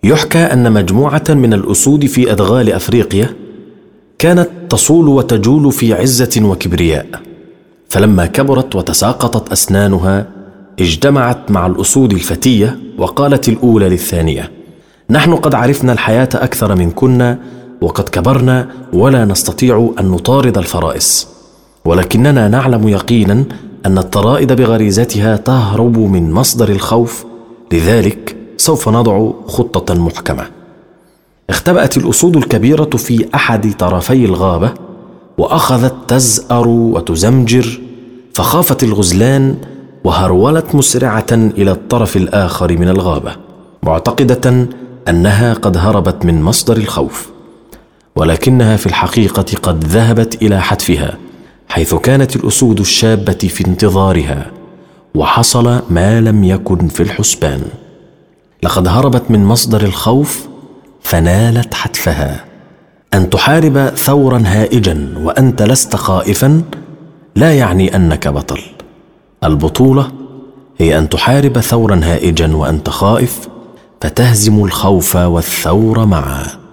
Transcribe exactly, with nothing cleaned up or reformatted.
يحكى أن مجموعة من الأسود في أدغال أفريقيا كانت تصول وتجول في عزة وكبرياء، فلما كبرت وتساقطت أسنانها اجتمعت مع الأسود الفتية وقالت الأولى للثانية: نحن قد عرفنا الحياة أكثر من كنا، وقد كبرنا ولا نستطيع أن نطارد الفرائس، ولكننا نعلم يقينا أن الطرائد بغريزتها تهرب من مصدر الخوف، لذلك سوف نضع خطة محكمة. اختبأت الأسود الكبيرة في أحد طرفي الغابة وأخذت تزأر وتزمجر، فخافت الغزلان وهرولت مسرعة إلى الطرف الآخر من الغابة معتقدة أنها قد هربت من مصدر الخوف، ولكنها في الحقيقة قد ذهبت إلى حتفها، حيث كانت الأسود الشابة في انتظارها، وحصل ما لم يكن في الحسبان. لقد هربت من مصدر الخوف فنالت حتفها. أن تحارب ثورا هائجا وأنت لست خائفا لا يعني أنك بطل. البطولة هي أن تحارب ثورا هائجا وأنت خائف، فتهزم الخوف والثور معا.